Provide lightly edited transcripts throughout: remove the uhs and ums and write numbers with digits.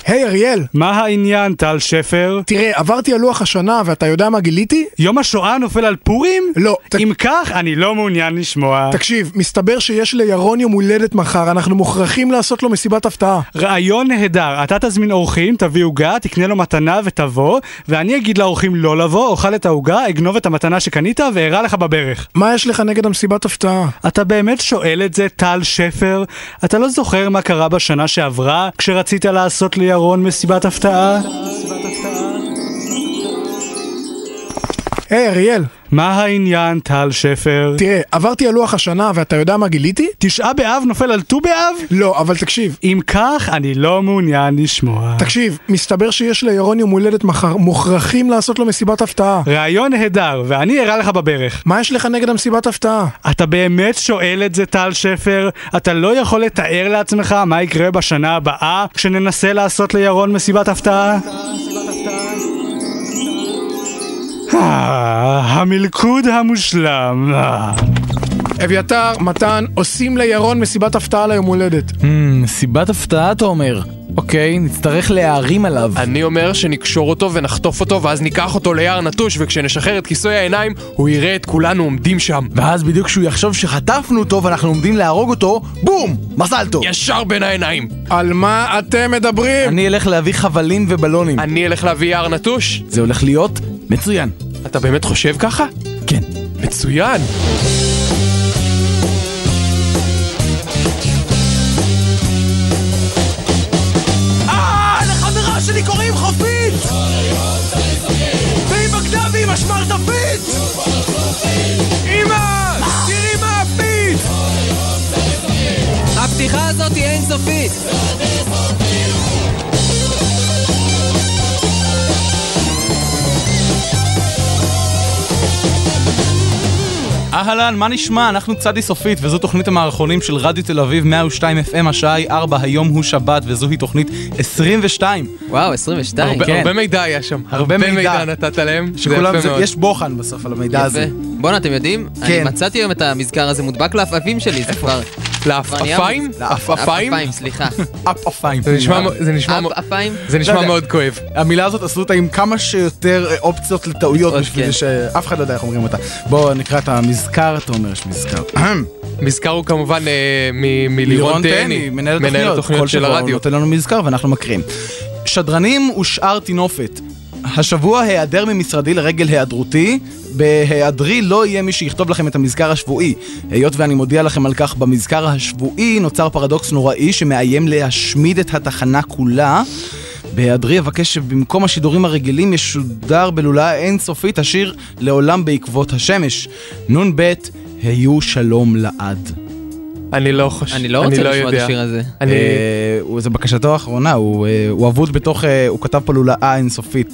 היי אריאל. מה העניין, טל שפר? תראה, עברתי על לוח השנה ואתה יודע מה גיליתי? יום השואה נופל על פורים? לא. אם כך, אני לא מעוניין לשמוע. תקשיב, מסתבר שיש לירון יום הולדת מחר, אנחנו מוכרחים לעשות לו מסיבת הפתעה. רעיון נהדר, אתה תזמין אורחים, תביא עוגה, תקנה לו מתנה ותבוא, ואני אגיד לאורחים לא לבוא, אוכל את העוגה, אגנוב את המתנה שקנית ואראה לך בברך. מה יש לך נגד המסיבת הפתעה? אתה באמת שואל את זה, טל שפר? אתה לא זוכר מה קרה בשנה שעברה כשרצית לעשות לירון מסיבת הפתעה? היי אריאל. מה העניין, טל שפר? תראה, עברתי על לוח השנה ואתה יודע מה גיליתי? 9 באב נופל על ט"ו באב? לא, אבל תקשיב. אם כך, אני לא מעוניין לשמוע. תקשיב, מסתבר שיש לירון יום הולדת מחר, מוכרחים לעשות לו מסיבת הפתעה. רעיון נהדר, ואני אראה לך בברך. מה יש לך נגד המסיבת הפתעה? אתה באמת שואל את זה, טל שפר? אתה לא יכול לתאר לעצמך מה יקרה בשנה הבאה כשננסה לעשות לירון מסיבת הפתעה? המלכוד המושלם. אביתר, מתן, עושים לירון מסיבת הפתעה ליום הולדת. מסיבת הפתעה אתה אומר? אוקיי, נצטרך להערים עליו. אני אומר שנקשור אותו ונחטוף אותו ואז ניקח אותו ליער נטוש, וכשנשחרר את כיסוי העיניים הוא יראה את כולנו עומדים שם, ואז בדיוק כשהוא יחשוב שחטפנו אותו ואנחנו עומדים להרוג אותו, בום! מזל טוב! ישר בין העיניים. על מה אתם מדברים? אני אלך להביא חבלים ובלונים. אני אלך להביא יער נטוש. זה הולך להיות מצוין. אתה באמת חושב ככה? כן. מצוין. לחברה שלי קוראים חופית! והיא בגדה והיא משמרטפית! אמא! תראי מה הפית! הפתיחה הזאת היא אינסופית! אהלן, מה נשמע? אנחנו צדי סופית, וזו תוכנית המערכונים של רדיו תל אביב 102 FM, השעה היא 4, היום הוא שבת, וזוהי תוכנית 22. וואו, 22. הרבה מידע היה שם. הרבה מידע נתת להם. יש בוחן בסוף על המידע הזה. בואו, אתם יודעים? אני מצאתי היום את המזכר הזה מודבק לאפפים שלי, זה כבר... לאפפיים? לאפפיים, סליחה. אפפיים. זה נשמע מאוד כואב. המילה הזאת עשו אותה עם כמה שיותר אופציות לטעויות בשביל שאף אחד לא יודע איך אומרים אותה. בואו נקרא את המזכר, אתה אומר שמזכר. מזכר הוא כמובן מלירון תהני, מנהל התוכניות של הרדיו. נותן לנו מזכר ואנחנו מקרים. שדרנים ושאר תינופת. השבוע היעדר ממשרדי לרגל היעדרותי, בהיעדרי לא יהיה מי שיכתוב לכם את המזכר השבועי. היות ואני מודיע לכם על כך במזכר השבועי, נוצר פרדוקס נוראי שמאיים להשמיד את התחנה כולה. בהיעדרי אבקש שבמקום השידורים הרגילים ישודר בלולה אינסופית השיר לעולם בעקבות השמש. נון ב' היו שלום לעד. אני לא רוצה לשמוע את השיר הזה. זה בקשתו האחרונה, הוא עבוד בתוך, הוא כתב פה לולאה אינסופית.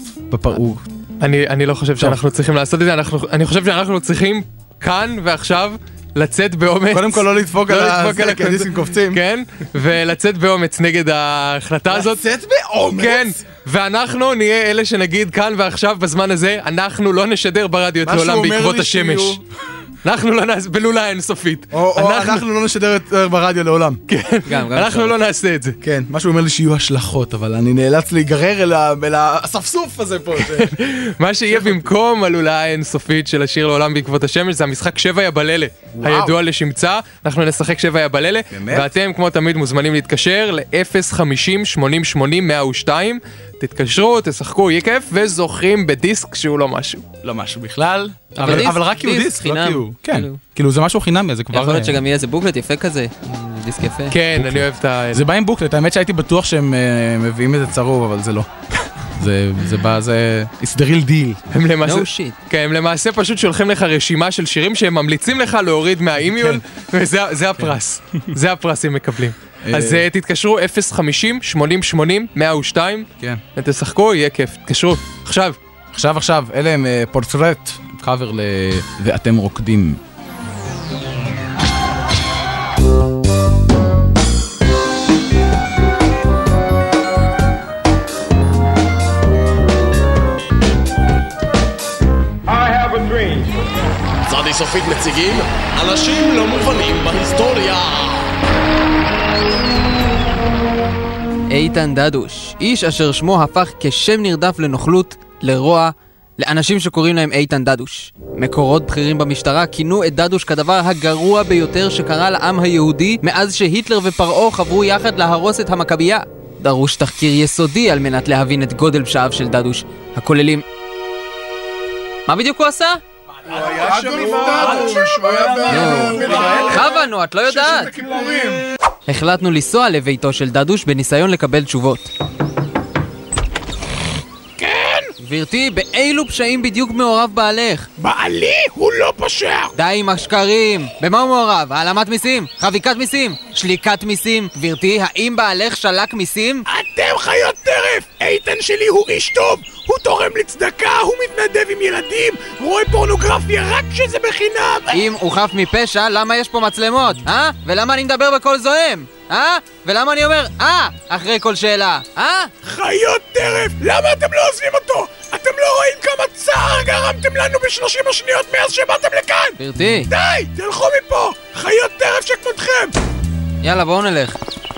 אני לא חושב שאנחנו צריכים לעשות את זה, אני חושב שאנחנו צריכים כאן ועכשיו לצאת באומץ. קודם כל לא לדפוק על הדיסקים קופצים. כן, ולצאת באומץ נגד ההחלטה הזאת. לצאת באומץ? כן, ואנחנו נהיה אלה שנגיד כאן ועכשיו בזמן הזה, אנחנו לא נשדר ברדיו את לעולם בעקבות השמש. אנחנו לא נעשה, בלולה אינסופית. או אנחנו לא נשדר ברדיו לעולם. כן, אנחנו לא נעשה את זה. כן, משהו אומר לי שיהיו השלכות, אבל אני נאלץ להיגרר אל הספסוף הזה פה. מה שיהיה במקום הלולה האינסופית של השיר לעולם בעקבות השמש, זה המשחק 7 בלילה, הידוע לשמצה. אנחנו נשחק 7 בלילה, ואתם כמו תמיד מוזמנים להתקשר ל-050-8080-102. תתקשרו, תשחקו, יהיה כיף, וזוכים בדיסק שהוא לא משהו. לא משהו בכלל, אבל רק כי הוא דיסק, לא כי הוא. כן, כאילו זה משהו חינמי, זה כבר... יכול להיות שגם יהיה איזה בוקלט יפה כזה, דיסק יפה. כן, אני אוהב את ה... זה בא עם בוקלט, האמת שהייתי בטוח שהם מביאים איזה צרוב, אבל זה לא. זה בא, זה... It's the real deal. הם למעשה פשוט שולחים לך רשימה של שירים שהם ממליצים לך להוריד מהאימיול, וזה הפרס. זה הפרס הם מקבלים. אז תתקשרו 050-8080-102 ותשחקו, יהיה כיף. תתקשרו, עכשיו. אלה הם פורטרט, קאבר ואתם רוקדים. צדי סופית מציגים אנשים לא מובנים בהיסטוריה. איתן דדוש, איש אשר שמו הפך כשם נרדף לנוכלות, לרוע, לאנשים שקוראים להם איתן דדוש. מקורות בכירים במשטרה כינו את דדוש כדבר הגרוע ביותר שקרה לעם היהודי מאז שהיטלר ופרעו חברו יחד להרוס את המכבייה. דרוש תחקיר יסודי על מנת להבין את גודל פשעיו של דדוש, הכוללים... מה בדיוק הוא עשה? הוא היה שם עם דדוש, הוא היה חווה, נו, את לא יודעת. החלטנו לנסוע לביתו של דדוש בניסיון לקבל תשובות. גברתי, באילו פשעים בדיוק מעורב בעלך? בעלי הוא לא פושע. די עם השקרים. במה הוא מעורב? העלמת מיסים? חביקת מיסים? שליקת מיסים? גברתי, האם בעלך שלק מיסים? אתם חיות טרף! איתן שלי הוא איש טוב! הוא תורם לצדקה, הוא מתנדב עם ילדים, רואה פורנוגרפיה רק כשזה בחינם! אם הוא חף מפשע, למה יש פה מצלמות? ולמה אני מדבר בקול זוהם? ולמה אני אומר אחרי כל שאלה? חיות טרף! למה אתם לא עוזבים אותו? אתם לא רואים כמה צער גרמתם לנו ב30 השניות מאז שבאתם לכאן? גברתי! די! תלכו מפה! חיות טרף שכמותכם! יאללה, בואו נלך.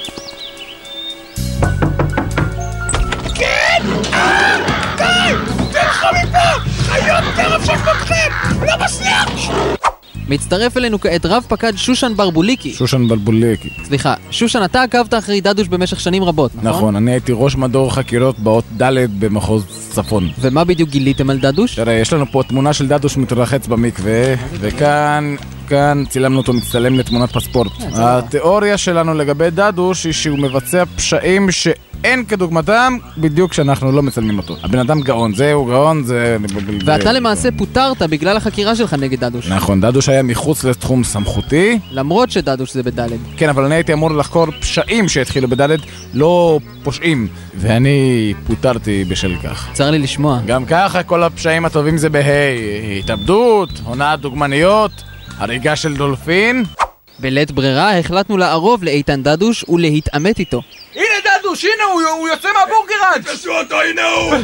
כן! די! תלכו מפה! חיות טרף שכמותכם! לא מצליח! מצטרף אלינו כעת רב פקד שושן ברבוליקי. שושן ברבוליקי. סליחה, שושן, אתה עקבת אחרי דדוש במשך שנים רבות, נכון? נכון, אני הייתי ראש מדור חקירות באות ד' במחוז צפון. ומה בדיוק גיליתם על דדוש? תראה, יש לנו פה תמונה של דדוש מתרחץ במקווה, וכאן צילמנו אותו מצטלם לתמונת פספורט. התיאוריה שלנו לגבי דדוש היא שהוא מבצע פשעים שאין כדוגמתם בדיוק כשאנחנו לא מצלמים אותו. הבן אדם גאון, זהו גאון, זה... ואתה למעשה פוטרת בגלל החקירה שלך נגד דדוש. נכון, דדוש היה מחוץ לתחום סמכותי. למרות שדדוש זה בדלת. כן, אבל אני הייתי אמור לחקור פשעים שהתחילו בדלת, לא פושעים. ואני פוטרתי בשל כך. צר לי לשמוע. גם ככה כל הפשעים הטובים זה התאבדות, הונאת דוגמניות, הריגה של דולפין. בלית ברירה החלטנו לערוב לאיתן דדוש ולהתעמת איתו. הנה דדוש, הנה הוא יוצא מהבורגראנץ'. תעשו אותו, הנה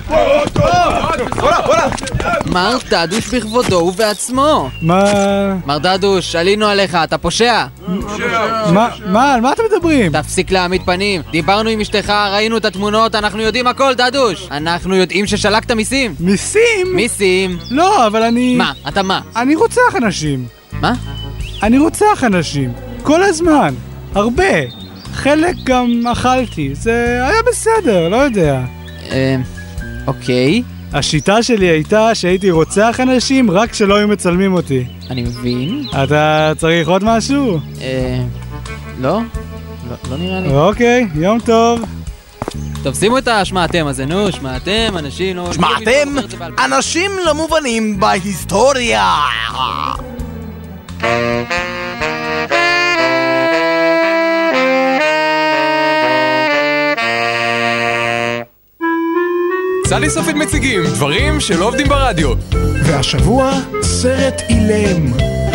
הוא! מר דדוש בכבודו ובעצמו. מה? מר דדוש, עלינו עליך, אתה פושע. מה? על מה אתם מדברים? תפסיק להעמיד פנים. דיברנו עם אשתך, ראינו את התמונות, אנחנו יודעים הכל, דדוש. אנחנו יודעים ששלקת מיסים. מיסים? מיסים. לא, אבל אני... מה? אתה מה? אני רוצח אנשים. מה? אני רוצח אנשים. כל הזמן. הרבה. חלק גם אכלתי. זה היה בסדר, לא יודע. אוקיי. השיטה שלי הייתה שהייתי רוצח אנשים רק שלא היו מצלמים אותי. אני מבין. אתה צריך עוד משהו? לא? לא נראה לי. אוקיי, יום טוב. טוב, שימו את השמעתם הזה, נו, שמעתם, אנשים לא... שמעתם? אנשים לא מובנים בהיסטוריה. סלי סופית מציגים דברים שלא עובדים ברדיו. והשבוע סרט אילם.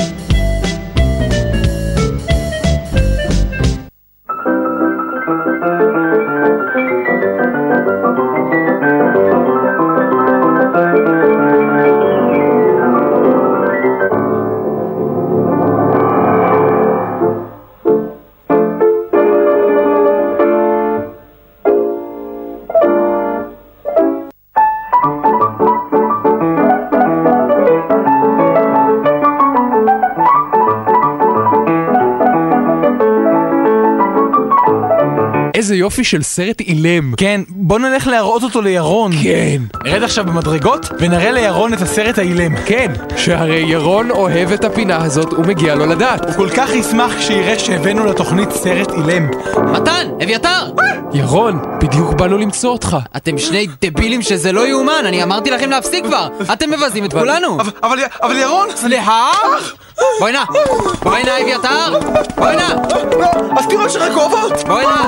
איזה יופי של סרט אילם. כן, בוא נלך להראות אותו לירון. כן. נרד עכשיו במדרגות ונראה לירון את הסרט האילם. כן, שהרי ירון אוהב את הפינה הזאת ומגיע לו לדעת. הוא כל כך ישמח כשיראה שהבאנו לתוכנית סרט אילם. מתן, אביתר! ירון, בדיוק באנו למצוא אותך. אתם שני דבילים שזה לא יאומן, אני אמרתי לכם להפסיק כבר. אתם מבזים את כולנו. אבל ירון... סליחה? בואי נא, אביתר! בואי נא! אז תראו שרק אוהבות! בואי נא!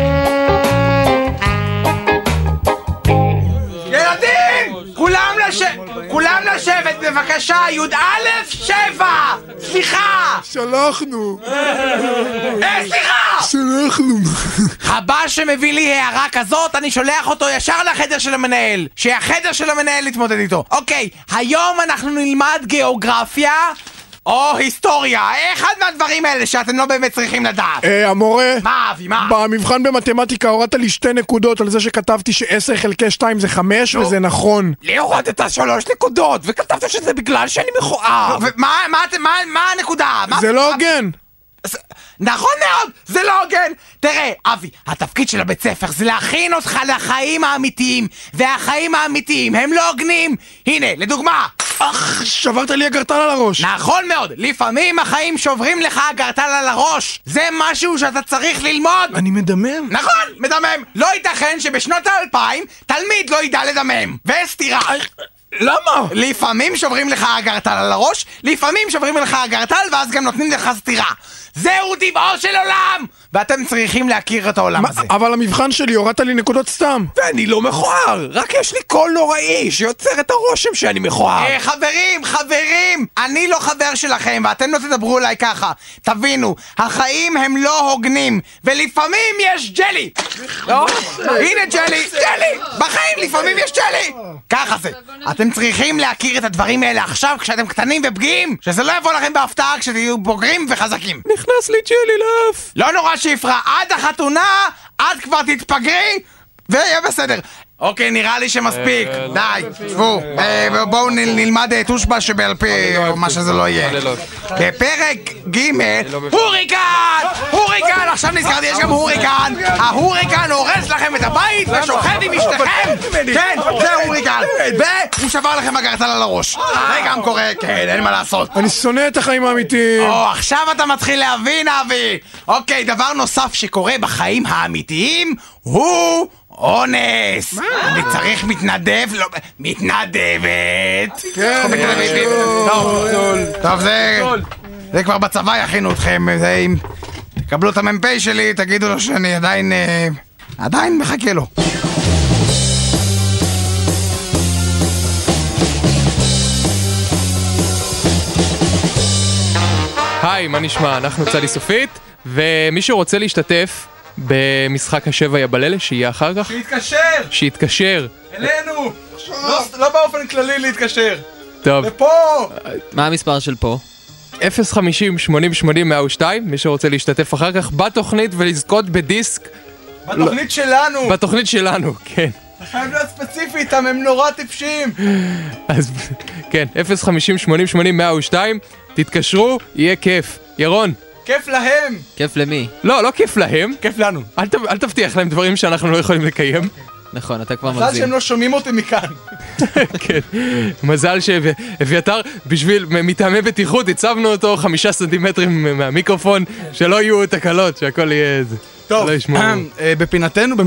ילדים! כולם לשבת! כולם לשבת בבקשה, י"א 7! סליחה! שלחנו. סליחה! שלחנו. הבא שמביא לי הערה כזאת, אני שולח אותו ישר לחדר של המנהל. שהחדר של המנהל יתמודד איתו. אוקיי, היום אנחנו נלמד גיאוגרפיה או היסטוריה. אחד מהדברים האלה שאתם לא באמת צריכים לדעת. המורה. מה אבי, מה? במבחן במתמטיקה הורדת לי 2 נקודות על זה שכתבתי ש10 חלקי 2 זה 5 וזה נכון. לי הורדת 3 נקודות וכתבת שזה בגלל שאני מכוער. מה הנקודה? זה לא הוגן. נכון מאוד, זה לא הוגן. תראה, אבי, התפקיד של הבית ספר זה להכין אותך לחיים האמיתיים, והחיים האמיתיים הם לא הוגנים. הנה, לדוגמה, שברת לי הגרטל על הראש. נכון מאוד, לפעמים החיים שוברים לך הגרטל על הראש. זה משהו שאתה צריך ללמוד. אני מדמם. נכון, מדמם. לא ייתכן שבשנות ה-2000 תלמיד לא ידע לדמם. וסתירה. למה? לפעמים שוברים לך הגרטל על הראש, לפעמים שוברים לך הגרטל ואז גם נותנים לך סתירה. זהו טבעו של עולם! ואתם צריכים להכיר את העולם הזה. אבל המבחן שלי הורדת לי נקודות סתם. ואני לא מכוער, רק יש לי קול נוראי שיוצר את הרושם שאני מכוער. חברים, אני לא חבר שלכם ואתם לא תדברו אליי ככה. תבינו, החיים הם לא הוגנים ולפעמים יש ג'לי. הנה ג'לי, בחיים לפעמים יש ג'לי. ככה זה. אתם צריכים להכיר את הדברים האלה עכשיו כשאתם קטנים ופגיעים, שזה לא יבוא לכם בהפתעה כשתהיו בוגרים וחזקים. נכנס לי ג'לי לאף. לא נורא שיפרה, עד החתונה, עד כבר תתפגרי ויהיה בסדר. אוקיי, נראה לי שמספיק. די, שבו. בואו נלמד תושבע שבעל פה, או מה שזה לא יהיה. בפרק ג' הוריקן! עכשיו נזכרתי, יש גם הוריקן. ההוריקן הורס לכם את הבית ושוכב עם אשתכם. כן, זה הוריקן. והוא שבר לכם הגרטל על הראש. זה גם קורה, כן, אין מה לעשות. אני שונא את החיים האמיתיים. עכשיו אתה מתחיל להבין, אבי. אוקיי, דבר נוסף שקורה בחיים האמיתיים הוא אונס. אני צריך מתנדב, לא... מתנדבת. כן. טוב, זה כבר בצבא יכינו אתכם. אם תקבלו את המ"פ שלי, תגידו לו שאני עדיין מחכה לו. היי, מה נשמע? אנחנו צדי סופית, ומישהו רוצה להשתתף במשחק השבע יבללה שיהיה אחר כך? שיתקשר אלינו! לא באופן כללי להתקשר. טוב. ופה! מה המספר של פה? 050-80-80-102, מי שרוצה להשתתף אחר כך בתוכנית ולזכות בדיסק. בתוכנית שלנו, כן. אתה חייב להיות ספציפי איתם, הם נורא טיפשים. אז כן, 050-80-80-102, תתקשרו, יהיה כיף. ירון. כיף להם! כיף למי? לא כיף להם. כיף לנו. אל תבטיח להם דברים שאנחנו לא יכולים לקיים. נכון, אתה כבר מגזים. מזל שהם לא שומעים אותי מכאן. כן, מזל שאביתר, בשביל מטעמי בטיחות, הצבנו אותו 5 סנטימטרים מהמיקרופון, שלא יהיו תקלות, שהכל יהיה... טוב, בפינתנו,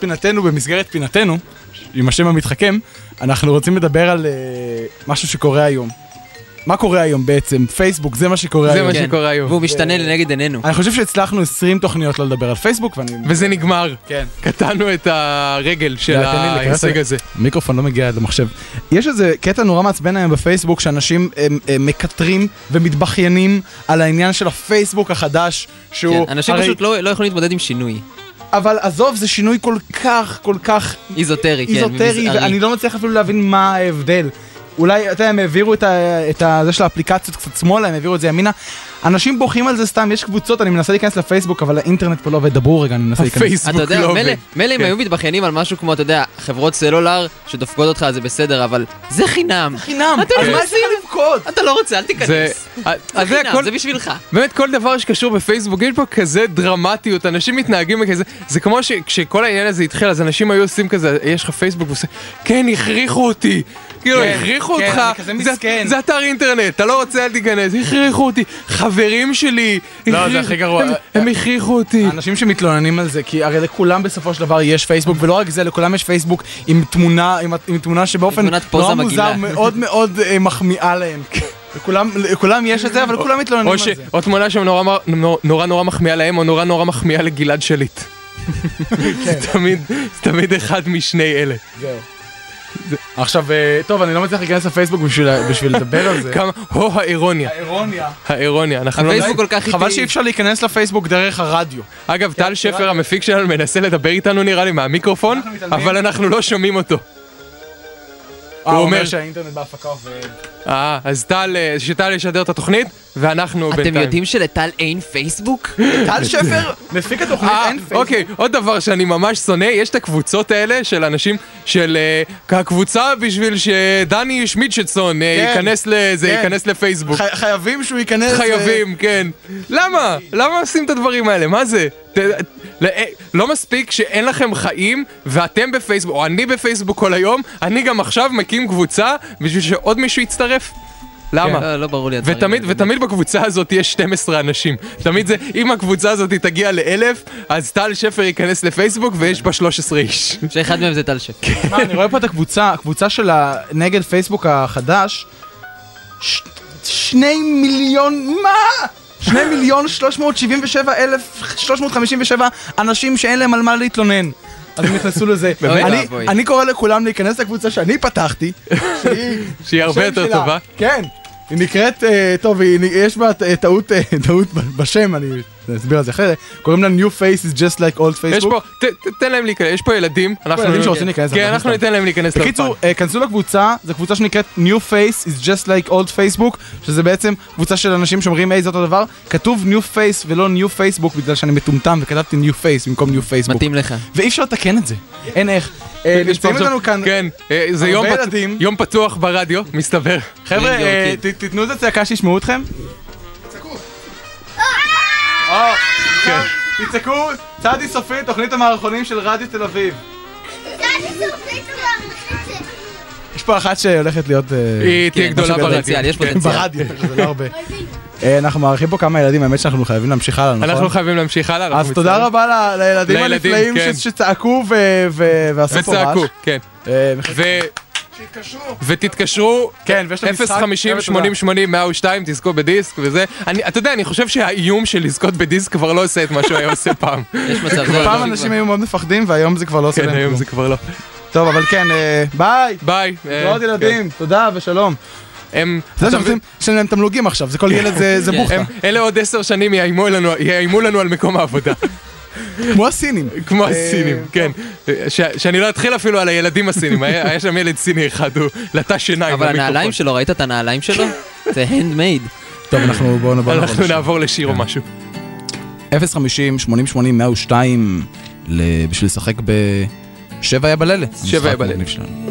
במסגרת פינתנו, עם השם המתחכם, אנחנו רוצים לדבר על משהו שקורה היום. מה קורה היום בעצם? פייסבוק, זה מה שקורה היום. זה מה שקורה היום. והוא משתנה לנגד עינינו. אני חושב שהצלחנו 20 תוכניות לא לדבר על פייסבוק, וזה נגמר. כן. קטענו את הרגל של ההישג הזה. המיקרופון לא מגיע עד למחשב. יש איזה קטע נורא מעצבן היום בפייסבוק, שאנשים מקטרים ומתבכיינים על העניין של הפייסבוק החדש, שהוא... כן, אנשים פשוט לא יכולים להתמודד עם שינוי. אבל עזוב, זה שינוי כל כך... איזוטרי, כן. איזוטרי, ואני לא מצליח אפילו להבין מה ההבדל. אולי, אתה יודע, הם העבירו את זה של האפליקציות קצת שמאלה, הם העבירו את זה ימינה. אנשים בוכים על זה סתם, יש קבוצות, אני מנסה להיכנס לפייסבוק, אבל האינטרנט פה לא עובד, דברו רגע, אני מנסה להיכנס. אתה יודע, מלא הם היו מתבחיינים על משהו כמו, אתה יודע, חברות סלולר שדופקות אותך, זה בסדר, אבל זה חינם. חינם, אז מה זה לבכות? אתה לא רוצה, אל תיכנס. זה חינם, זה בשבילך. באמת, כל דבר שקשור בפייסבוק, יש פה כזה דרמטיות, אנשים מתנהגים בכזה, זה כמו שכשכל העניין הזה התחיל, אז אנשים היו עושים כזה, יש לך פייסבוק, ועושה, כן, הכריחו אותי. כאילו, הכריחו אותך, זה אתר אינטרנט, אתה לא רוצה, אל תיכנס, הכריחו אותי, חברים שלי, לא, זה הכי גרוע. הם הכריחו אותי. האנשים שמתלוננים על זה, כי הרי לכולם בסופו של דבר יש פייסבוק, ולא רק זה, לכולם יש פייסבוק עם תמונה שבאופן נורא מוזר מאוד מאוד מחמיאה להם. לכולם יש את זה, אבל כולם מתלוננים על זה. או תמונה שנורא מחמיאה להם, או נורא מחמיאה לגלעד שליט. זה תמיד אחד משני אלה. זהו. עכשיו, טוב, אני לא מצליח להיכנס לפייסבוק בשביל לדבר על זה. כמה, האירוניה. האירוניה. הפייסבוק כל כך איטי. חבל שאי אפשר להיכנס לפייסבוק דרך הרדיו. אגב, טל שפר המפיק שלנו מנסה לדבר איתנו נראה לי מהמיקרופון, אבל אנחנו לא שומעים אותו. הוא אומר שהאינטרנט בהפקה עובד. אז שטל ישדר את התוכנית, ואנחנו בינתיים. אתם יודעים שלטל אין פייסבוק? טל שפר מפיק התוכנית אין פייסבוק. אוקיי, עוד דבר שאני ממש שונא, יש את הקבוצות האלה של אנשים של הקבוצה בשביל שדני שמידשטסון ייכנס לזה, ייכנס לפייסבוק. חייבים שהוא ייכנס. חייבים, כן. למה? למה עושים את הדברים האלה? מה זה? לא מספיק שאין לכם חיים ואתם בפייסבוק, או אני בפייסבוק כל היום, אני גם עכשיו מקים קבוצה בשביל שעוד מישהו יצטרף. למה? לא ברור לי הדברים. ותמיד בקבוצה הזאת יש 12 אנשים. תמיד זה, אם הקבוצה הזאת תגיע ל1,000, אז טל שפר ייכנס לפייסבוק ויש בה 13 איש. שאחד מהם זה טל שפר. אני רואה פה את הקבוצה של נגד פייסבוק החדש. 2 מיליון, מה? 2,377,357 אנשים שאין להם על מה להתלונן. אז הם נכנסו לזה. אני קורא לכולם להיכנס לקבוצה שאני פתחתי, שהיא הרבה יותר טובה. כן, היא נקראת, טוב, יש בה טעות בשם, אני אסביר על זה אחרי זה. קוראים לה New Face is just like old Facebook. יש פה, תן להם להיכנס, יש פה ילדים. ילדים שרוצים להיכנס. כן, אנחנו ניתן להם להיכנס. בקיצור, כנסו לקבוצה, זו קבוצה שנקראת New Face is just like old Facebook, שזה בעצם קבוצה של אנשים שאומרים, היי, זה אותו דבר. כתוב New Face ולא New Facebook, בגלל שאני מטומטם וכתבתי New Face במקום New Facebook. מתאים לך. ואי אפשר לתקן את זה. אין איך. נמצאים איתנו כאן כן, זה יום פתוח ברדיו, מסתבר. חבר'ה, תתנו את הצעקה שישמעו אתכם. תצעקו, צעדי סופי, תוכנית המערכונים של רדיו תל אביב. צעדי סופי, יש פה אחת שהולכת להיות... היא תהיה גדולה ברדיו. יש פוטנציאל. ברדיו, זה לא הרבה. אנחנו מערכים פה כמה ילדים, האמת שאנחנו חייבים להמשיך הלאה, נכון? אנחנו חייבים להמשיך הלאה. אז תודה רבה לילדים הנפלאים שצעקו ועשו פה רעש. כן. ותתקשרו, כן, ויש לנו משחק 050-80-80-102, תזכו בדיסק וזה. אתה יודע, אני חושב שהאיום של לזכות בדיסק כבר לא עושה את מה שהוא היה עושה פעם. יש מצב. פעם אנשים היו מאוד מפחדים והיום זה כבר לא עושה להם כלום. כן, היום זה כבר לא. טוב, אבל כן, ביי. ביי. עוד ילדים, תודה ושלום. זה שאין להם תמלוגים עכשיו, זה כל ילד זה בוכתה. אלה עוד 10 שנים יאיימו לנו על מקום העבודה. כמו הסינים. כמו הסינים, כן. שאני לא אתחיל אפילו על הילדים הסינים, היה שם ילד סיני אחד, הוא לטש עיניים. אבל הנעליים שלו, ראית את הנעליים שלו? זה handmade. טוב, אנחנו נעבור לשיר או משהו. 050-80-80-102 בשביל לשחק ב7 היה בלילה. 7 היה בלילה.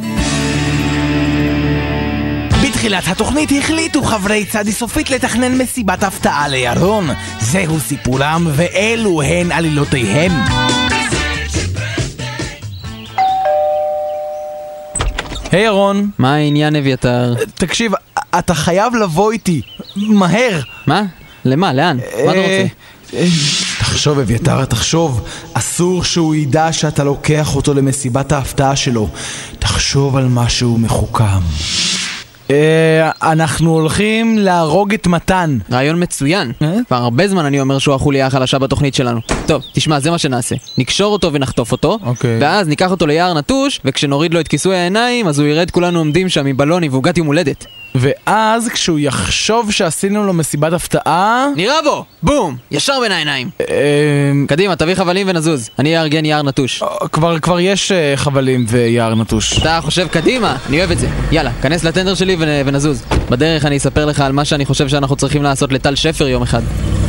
בתחילת התוכנית החליטו חברי צעדי סופית לתכנן מסיבת הפתעה לירון. זהו סיפורם ואלו הן עלילותיהם. היי ירון. מה העניין אביתר? תקשיב, אתה חייב לבוא איתי, מהר. מה? למה? לאן? מה אתה רוצה? תחשוב אביתר, תחשוב, אסור שהוא ידע שאתה לוקח אותו למסיבת ההפתעה שלו. תחשוב על משהו מחוכם. אנחנו הולכים להרוג את מתן. רעיון מצוין. כבר הרבה זמן אני אומר שהוא החוליה החלשה בתוכנית שלנו. טוב, תשמע, זה מה שנעשה. נקשור אותו ונחטוף אותו, ואז ניקח אותו ליער נטוש, וכשנוריד לו את כיסוי העיניים, אז הוא ירד כולנו עומדים שם עם בלוני ועוגת יום הולדת. ואז כשהוא יחשוב שעשינו לו מסיבת הפתעה... נראה בו! בום! ישר בין העיניים. קדימה, תביא חבלים ונזוז. אני אארגן יער נטוש. כבר יש חבלים ויער נטוש. אתה חושב קדימה? אני אוהב את זה. יאללה, כנס לטנדר שלי ונזוז. בדרך אני אספר לך על מה שאני חושב שאנחנו צריכים לעשות לטל שפר יום אחד.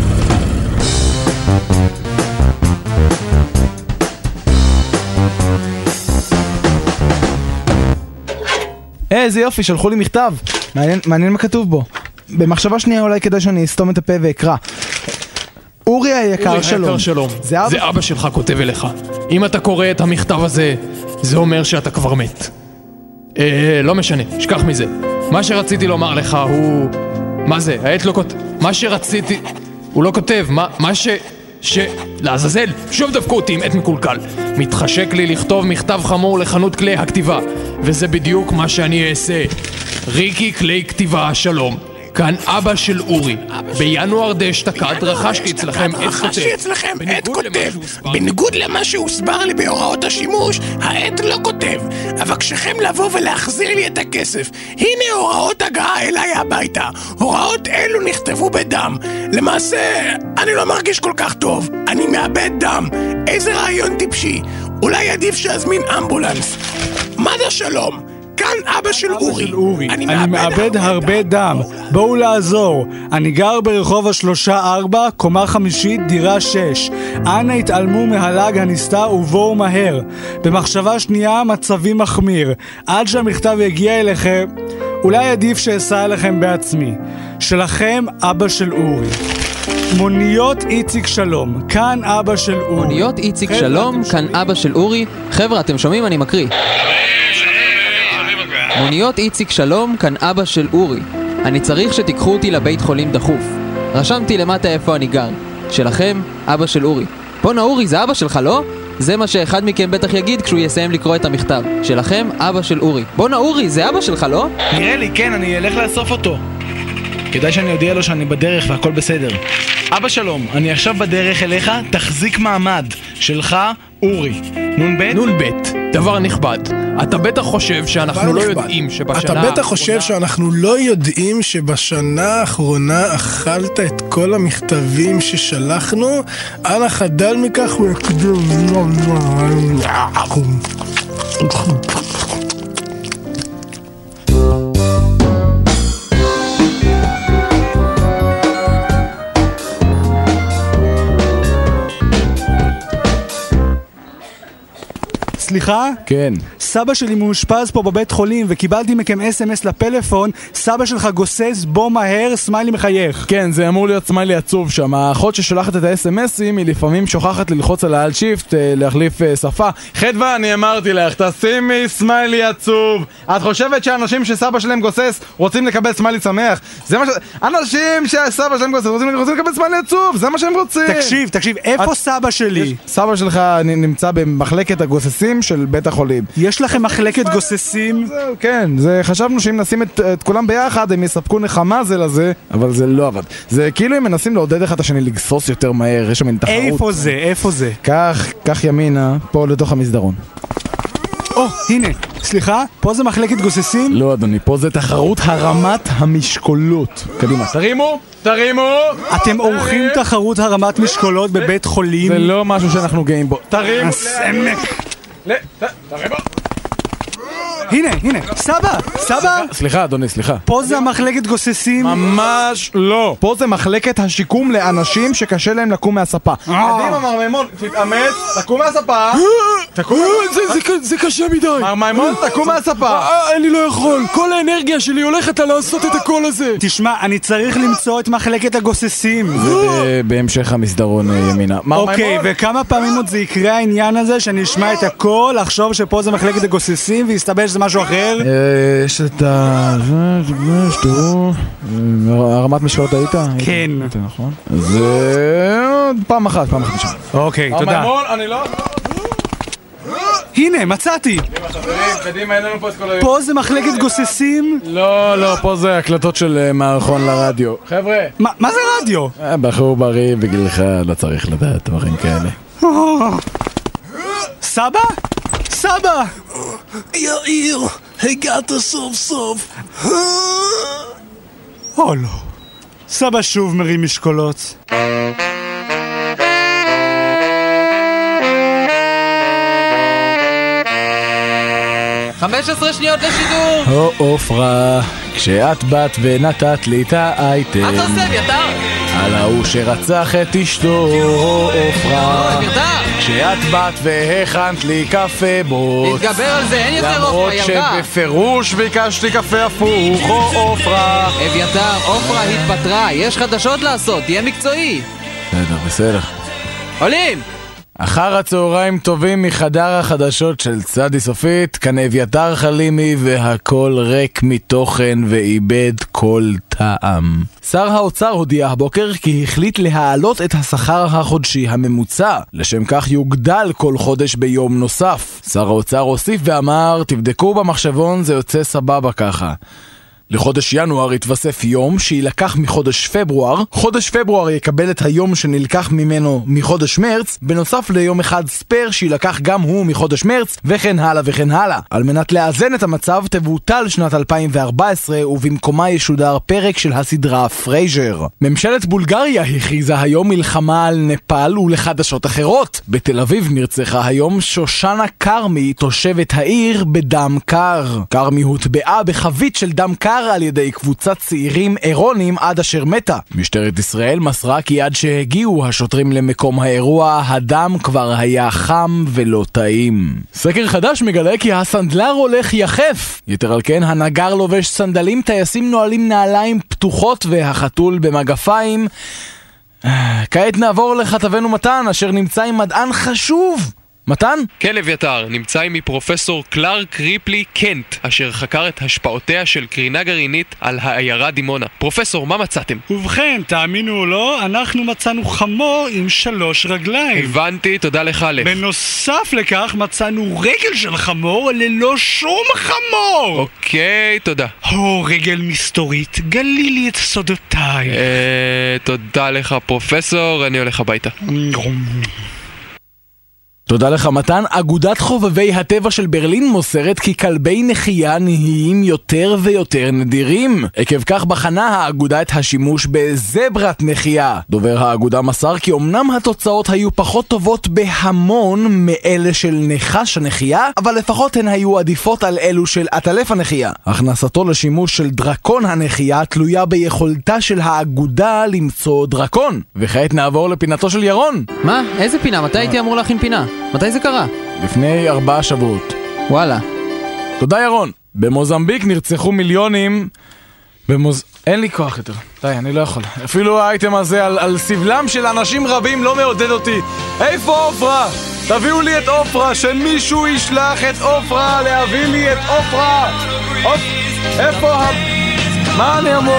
איזה יופי, שלחו לי מכתב. מעניין מה כתוב בו. במחשבה שנייה אולי כדאי שאני אסתום את הפה ואקרא. אורי היקר שלום. זה אבא שלך כותב אליך. אם אתה קורא את המכתב הזה, זה אומר שאתה כבר מת. לא משנה, שכח מזה. מה שרציתי לומר לך הוא... מה זה? העט לא כותב... מה שרציתי... הוא לא כותב. מה לעזאזל, שוב דפקו אותי עם עט מקולקל. מתחשק לי לכתוב מכתב חמור לחנות כלי הכתיבה, וזה בדיוק מה שאני אעשה. ריקי כלי כתיבה, שלום. כאן אבא של אורי. בינואר דאשתקד רכשתי אצלכם עט כותב. רכשתי אצלכם עט כותב. בניגוד למה שהוסבר לי בהוראות השימוש, העט לא כותב. אבקשכם לבוא ולהחזיר לי את הכסף. הנה הוראות הגעה אליי הביתה. הוראות אלו נכתבו בדם. למעשה, אני לא מרגיש כל כך טוב. אני מאבד דם. איזה רעיון טיפשי. אולי עדיף שאזמין אמבולנס. מד"א שלום. כאן אבא של אורי. אני מאבד הרבה דם. בואו לעזור. אני גר ברחוב 3-4, קומה 5, דירה 6. אנא התעלמו מהלג הנסתר ובואו מהר. במחשבה שנייה מצבי מחמיר. עד שהמכתב יגיע אליכם, אולי עדיף שאסע אליכם בעצמי. שלכם אבא של אורי. מוניות איציק שלום, כאן אבא של אורי. מוניות איציק שלום, כאן אבא של אורי. חבר'ה, אתם שומעים? אני מקריא. מוניות איציק שלום, כאן אבא של אורי. אני צריך שתיקחו אותי לבית חולים דחוף. רשמתי למטה איפה אני גר. שלכם, אבא של אורי. בוא אורי, זה אבא שלך, לא? זה מה שאחד מכם בטח יגיד כשהוא יסיים לקרוא את המכתב. שלכם, אבא של אורי. בוא אורי, זה אבא שלך, לא? נראה לי, כן, אני אלך לאסוף אותו. כדאי שאני אודיע לו שאני בדרך והכל בסדר. אבא שלום, אני עכשיו בדרך אליך, תחזיק מעמד. שלך, אורי. נ"ב. דבר נכבד, אתה בטח חושב שאנחנו לא יודעים שבשנה... אתה בטח חושב שאנחנו לא יודעים שבשנה האחרונה אכלת את כל המכתבים ששלחנו? אנא חדל מכך ויקדם. סליחה? כן. סבא שלי מאושפז פה בבית חולים וקיבלתי מכם SMS לפלאפון. סבא שלך גוסס, בוא מהר, סמיילי מחייך. כן, זה אמור להיות סמיילי עצוב שם. האחות ששולחת את ה-SMSים היא לפעמים שוכחת ללחוץ על האלט שיפט, להחליף שפה. חדווה, אני אמרתי לך, תשימי סמיילי עצוב. את חושבת שאנשים שסבא שלהם גוסס רוצים לקבל סמיילי שמח? זה מה ש... אנשים שסבא שלהם גוסס רוצים לקבל סמיילי עצוב, זה מה שהם רוצים. תקשיב, איפה סבא שלי? סבא שלך נמצא במחלקת הגוססים של בית החולים. יש לכם מחלקת גוססים? כן, חשבנו שאם נשים את כולם ביחד הם יספקו נחמה זה לזה, אבל זה לא עבד. זה כאילו הם מנסים לעודד אחד השני לגסוס יותר מהר, יש שם אין תחרות. איפה זה? כך ימינה, פה לתוך המסדרון. הנה, סליחה, פה זה מחלקת גוססים? לא אדוני, פה זה תחרות הרמת המשקולות. קדימה, תרימו! אתם עורכים תחרות הרמת משקולות בבית חולים? זה לא משהו שאנחנו גאים בו. תרימו! תרימו! הנה, סבא! סליחה אדוני, סליחה. פה זה המחלקת גוססים? ממש לא. פה זה מחלקת השיקום לאנשים שקשה להם לקום מהספה. קדימה מר מימון, תתאמץ, תקום מהספה. זה קשה מדי. מר מימון, תקום מהספה. אני לא יכול, כל האנרגיה שלי הולכת על לעשות את הכל הזה. תשמע, אני צריך למצוא את מחלקת הגוססים. זה בהמשך המסדרון ימינה. אוקיי, וכמה פעמים עוד זה יקרה העניין הזה שאני אשמע את הכל, לחשוב שפה זה מחלקת הגוססים ויסתבר שזה משהו אחר? יש את הרמת משקלות היית? כן. נכון. זה פעם אחת שם. אוקיי, תודה. מימון, אני לא... הנה, מצאתי! קדימה, אין לנו פה את כל היום. פה זה מחלקת גוססים? לא, פה זה הקלטות של מערכון לרדיו. חבר'ה! מה זה רדיו? בחור בריא בגילך, לא צריך לדעת דברים כאלה. סבא? סבא! יאיר, הגעת סוף סוף. לא. סבא שוב מרים משקולות. 15 שניות לשידור! עופרה, כשאת באת ונתת לי את האייטם. מה אתה עושה, אביתר? על ההוא שרצח את אשתו, עופרה. כשאת באת והכנת לי קפה בוט. תתגבר על זה, אין יותר עופרה, ירדה. למרות שבפירוש ביקשתי קפה הפוך, עופרה. אביתר, עופרה התפטרה, יש חדשות לעשות, תהיה מקצועי. בסדר. עולים! אחר הצהריים טובים מחדר החדשות של צדי סופית, כאן אביתר חלימי והכל ריק מתוכן ואיבד כל טעם. שר האוצר הודיע הבוקר כי החליט להעלות את השכר החודשי הממוצע, לשם כך יוגדל כל חודש ביום נוסף. שר האוצר הוסיף ואמר, תבדקו במחשבון, זה יוצא סבבה ככה. לחודש ינואר יתווסף יום שילקח מחודש פברואר, חודש פברואר יקבל את היום שנלקח ממנו מחודש מרץ, בנוסף ליום אחד ספר שילקח גם הוא מחודש מרץ, וכן הלאה וכן הלאה. על מנת לאזן את המצב תבוטל שנת 2014 ובמקומה ישודר פרק של הסדרה פרייזר. ממשלת בולגריה הכריזה היום מלחמה על נפאל ולחדשות אחרות. בתל אביב נרצחה היום שושנה קרמי, תושבת העיר, בדם קר. קרמי הוטבעה בחבית של דם קר על ידי קבוצת צעירים אירונים עד אשר מתה. משטרת ישראל מסרה כי עד שהגיעו השוטרים למקום האירוע, הדם כבר היה חם ולא טעים. סקר חדש מגלה כי הסנדלר הולך יחף. יתר על כן, הנגר לובש סנדלים, טייסים נועלים נעליים פתוחות והחתול במגפיים. כעת נעבור לכתבנו מתן, אשר נמצא עם מדען חשוב. מתן? כן, אביתר, נמצא עם פרופסור קלארק ריפלי קנט, אשר חקר את השפעותיה של קרינה גרעינית על העיירה דימונה. פרופסור, מה מצאתם? ובכן, תאמינו או לא, אנחנו מצאנו חמור עם 3 רגליים. הבנתי, תודה לך, אלף. בנוסף לכך, מצאנו רגל של חמור ללא שום חמור. אוקיי, תודה. רגל מסתורית, גלי לי את סודותיי. תודה לך, פרופסור, אני הולך הביתה. תודה לך מתן. אגודת חובבי הטבע של ברלין מוסרת כי כלבי נחייה נהיים יותר ויותר נדירים. עקב כך בחנה האגודה את השימוש בזברת נחייה. דובר האגודה מסר כי אמנם התוצאות היו פחות טובות בהמון מאלה של נחש הנחייה, אבל לפחות הן היו עדיפות על אלו של עטלף הנחייה. הכנסתו לשימוש של דרקון הנחייה תלויה ביכולתה של האגודה למצוא דרקון. וכעת נעבור לפינתו של ירון. מה? איזה פינה? מתי הייתי אמור להכין פינה? מתי זה קרה? לפני 4 שבועות. וואלה. תודה ירון. במוזמביק נרצחו מיליונים... אין לי כוח יותר. די, אני לא יכול. אפילו האייטם הזה על סבלם של אנשים רבים לא מעודד אותי. איפה אופרה? תביאו לי את אופרה, שמישהו ישלח את אופרה להביא לי את אופרה. איפה מה אני אמור?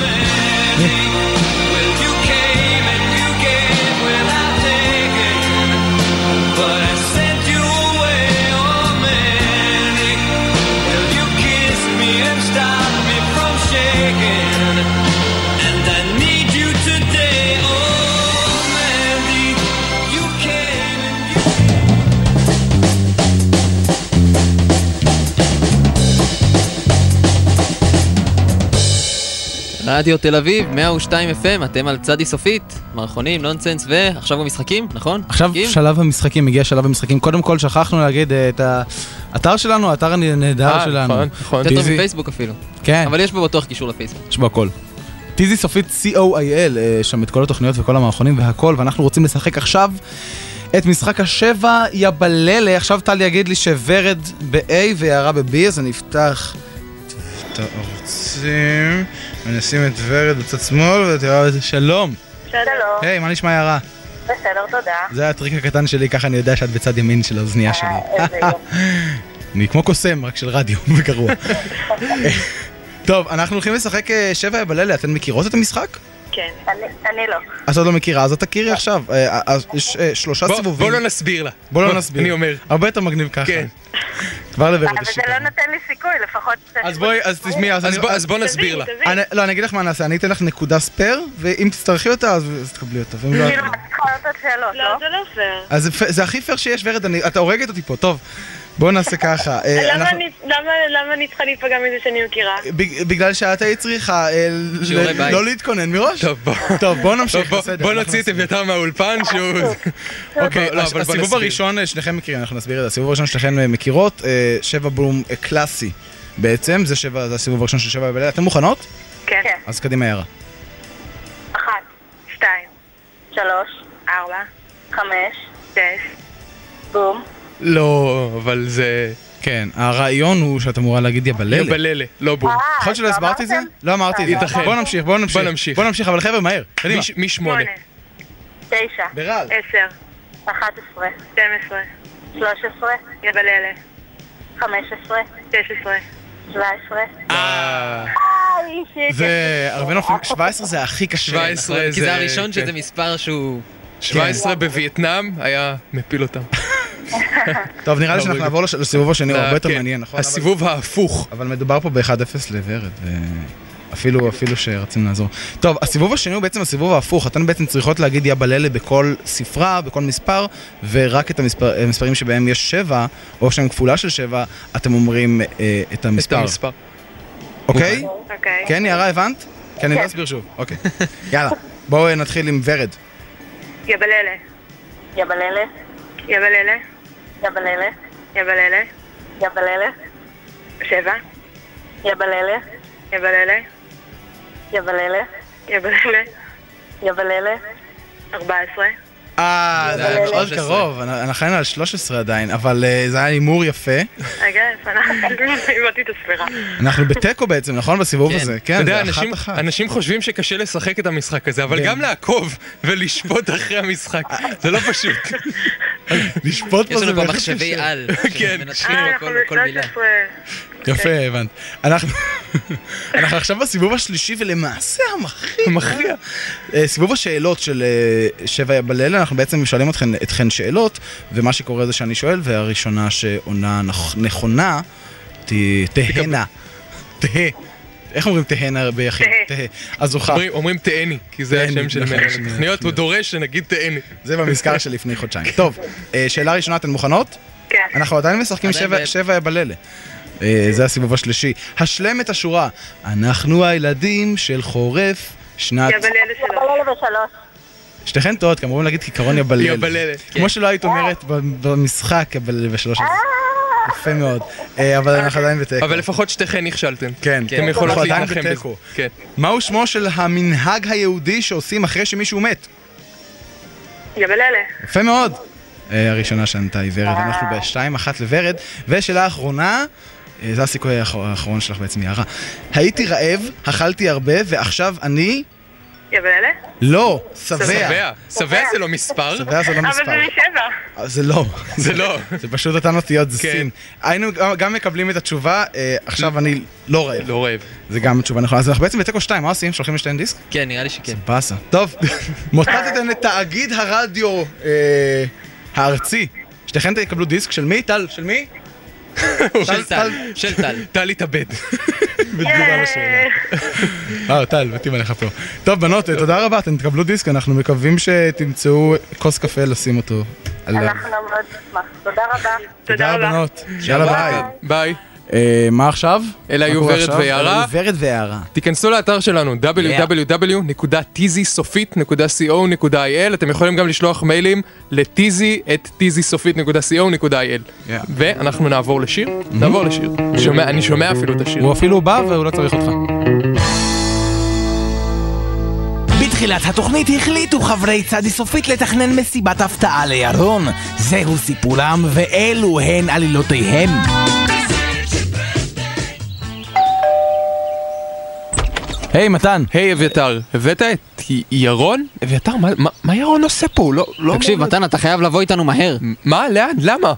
רדיו תל אביב, 102 FM, אתם על צדי סופית, מערכונים, נונסנס, ועכשיו במשחקים, נכון? עכשיו שלב המשחקים, מגיע שלב המשחקים. קודם כל שכחנו להגיד את האתר שלנו, האתר הנהדר שלנו. נכון. יותר טוב מפייסבוק אפילו. כן. אבל יש בו בטוח קישור לפייסבוק. יש בו הכל. טיזי סופית COIL, שם את כל התוכניות וכל המערכונים והכל, ואנחנו רוצים לשחק עכשיו את משחק השבע יבללה. עכשיו טל יגיד לי שוורד ב-A והערה ב-B, אז אני אפתח את הערוצים, ונשים את ורד בצד שמאל ותראה את זה. שלום. שלום. היי, מה נשמע יערה? בסדר, תודה. זה הטריק הקטן שלי, ככה אני יודע שאת בצד ימין של האוזנייה שלי. אני כמו קוסם, רק של רדיו, וגרוע. טוב, אנחנו הולכים לשחק שבע יבללה. אתן מכירות את המשחק? כן, אני לא. אז עוד לא מכירה, אז את תכירי עכשיו. יש 3 סיבובים. בוא לא נסביר לה. בוא לא נסביר. אני אומר. הרבה יותר מגניב ככה. כן. כבר לוורד אבל זה לא נותן לי סיכוי, לפחות... אז בואי, אז תשמעי, אז בוא נסביר לה. לא, אני אגיד לך מה נעשה, אני אתן לך נקודה ספר, ואם תצטרכי אותה, אז תקבלי אותה. כאילו, את צריכה אותה שאלות, לא? זה לא פייר. אז זה הכי פייר שיש, ורד, אתה הורגת אותי פה, טוב. בואו נעשה ככה. למה אני צריכה להיפגע מזה שאני מכירה? בגלל שאת היית צריכה לא להתכונן מראש. טוב, בואו נמשיך. בוא נוציא את אביתר מהאולפן שהוא... אוקיי, הסיבוב הראשון שניכם מכירים, אנחנו נסביר את זה. הסיבוב הראשון שניכם מכירות, 7 בום קלאסי בעצם, זה הסיבוב הראשון של 7 יבללה. אתם מוכנות? כן. אז קדימה יערה. 1, 2, 3, 4, 5, 6, בום. לא, אבל זה... כן, הרעיון הוא שאת אמורה להגיד יבללה. יבללה, לא בום. יכול שלא הסברתי את זה? לא אמרתי את זה. בוא נמשיך, אבל חבר'ה, מהר. קדימה. מ-8. 9. ברל. 10. 11. 12. 13. יבללה. 15. 16. 17. זה הרבה נופלים. 17 זה הכי קשה. 17 זה... כי זה הראשון שזה מספר שהוא... 17 בווייטנאם היה מפיל אותם. טוב, נראה לי שאנחנו נעבור לסיבוב השני, הוא הרבה יותר כן. מעניין, נכון? הסיבוב ההפוך. אבל מדובר פה ב-1-0 לוורד, אפילו שרצינו לעזור. טוב, הסיבוב השני הוא בעצם הסיבוב ההפוך. אתן בעצם צריכות להגיד יא בללה בכל ספרה, בכל מספר, ורק את המספרים שבהם יש 7, או שהם כפולה של 7, אתם אומרים את המספר. אוקיי? אוקיי. כן, יערה, הבנת? כן, אני לא אסביר שוב. אוקיי. יאללה, בואו נתחיל עם ורד. יא בללה. יא בללה. יא בללה. יא בללה. יא בללה. יא בללה. 7. יא בללה. יא בללה. יא בללה. יא בללה. יא בללה. 14. זה היה מאוד קרוב, אנחנו היינו על 13 עדיין, אבל זה היה הימור יפה. רגע, איבדתי את הספירה. אנחנו בטקו בעצם, נכון? בסיבוב הזה. כן, זה 1-1. אנשים חושבים שקשה לשחק את המשחק הזה, אבל גם לעקוב ולשפוט אחרי המשחק, זה לא פשוט. לשפוט פה יש זה לנו באמת כבר מחשבי קשה. על, כן. שמנצחים כל מילה. יפה, הבנת. אנחנו עכשיו בסיבוב השלישי ולמעשה המכריע. סיבוב השאלות של 7 יא בללה, אנחנו בעצם שואלים אתכן שאלות, ומה שקורה זה שאני שואל, והראשונה שעונה נכונה, תהנה. איך אומרים תהנה ביחיד? תהה. אז זוכה. אומרים תהני, כי זה השם של תכניות, הוא דורש שנגיד תהני. זה במזכר של לפני חודשיים. טוב, שאלה ראשונה, אתן מוכנות? כן. אנחנו עדיין משחקים 7 יא בללה. זה הסיבוב השלישי. השלם את השורה. אנחנו הילדים של חורף שנת... יא בללה 3. שתיכן טועות, כי אמורים להגיד כיכרון יא בללה. יא בללה. כמו שלא היית אומרת במשחק יא בללה 3. יפה מאוד. אבל אנחנו עדיין בתיקו. אבל לפחות שתיכן נכשלתם. כן. אתם יכולות אנחנו עדיין להתנחם בזה. בתיקו. כן. מהו שמו של המנהג היהודי שעושים אחרי שמישהו מת? יא בללה. יפה מאוד. הראשונה שענתה היא ורד, אנחנו ב-2-1 לוורד. ושאלה האחרונה, זה הסיכוי האחרון שלך בעצם, יערה. הייתי רעב, אכלתי הרבה, ועכשיו אני... יא בללה? לא, שבע. שבע זה לא מספר. שבע זה לא מספר. אבל זה 7. זה לא. זה לא. זה פשוט אותן אותיות, זה סין. היינו גם מקבלים את התשובה, עכשיו אני לא רעב. לא רעב. זה גם תשובה נכונה. אז אנחנו בעצם בתיקו 2, מה עושים? שולחים לשתיין דיסק? כן, נראה לי שכן. באסה. טוב, מוטטתם את תאגיד הרדיו הארצי. שתיכן תקבלו דיסק של מי? טל? של מי? של טל. טל התאבד. בתגובה לשאלה. טל, מתאים עליך פה. טוב, בנות, תודה רבה, אתם תקבלו דיסק, אנחנו מקווים שתמצאו כוס קפה לשים אותו עליו. אנחנו מאוד נשמח. תודה רבה. תודה בנות. יאללה ביי. ביי. מה עכשיו? אלה היו ורד ויערה. ורד ויערה. תיכנסו לאתר שלנו www.tizysofit.co.il. אתם יכולים גם לשלוח מיילים ל-tizy@tizysofit.co.il. ואנחנו נעבור לשיר. נעבור לשיר. אני שומע אפילו את השיר. הוא אפילו בא והוא לא צריך אותך. בתחילת התוכנית החליטו חברי צדי סופית לתכנן מסיבת הפתעה לירון. זהו סיפורם ואלו הן עלילותיהם. היי מתן. היי אביתר, הבאת את ירון? אביתר, מה ירון עושה פה? הוא לא... תקשיב מתן, אתה חייב לבוא איתנו מהר. מה? לאן? למה?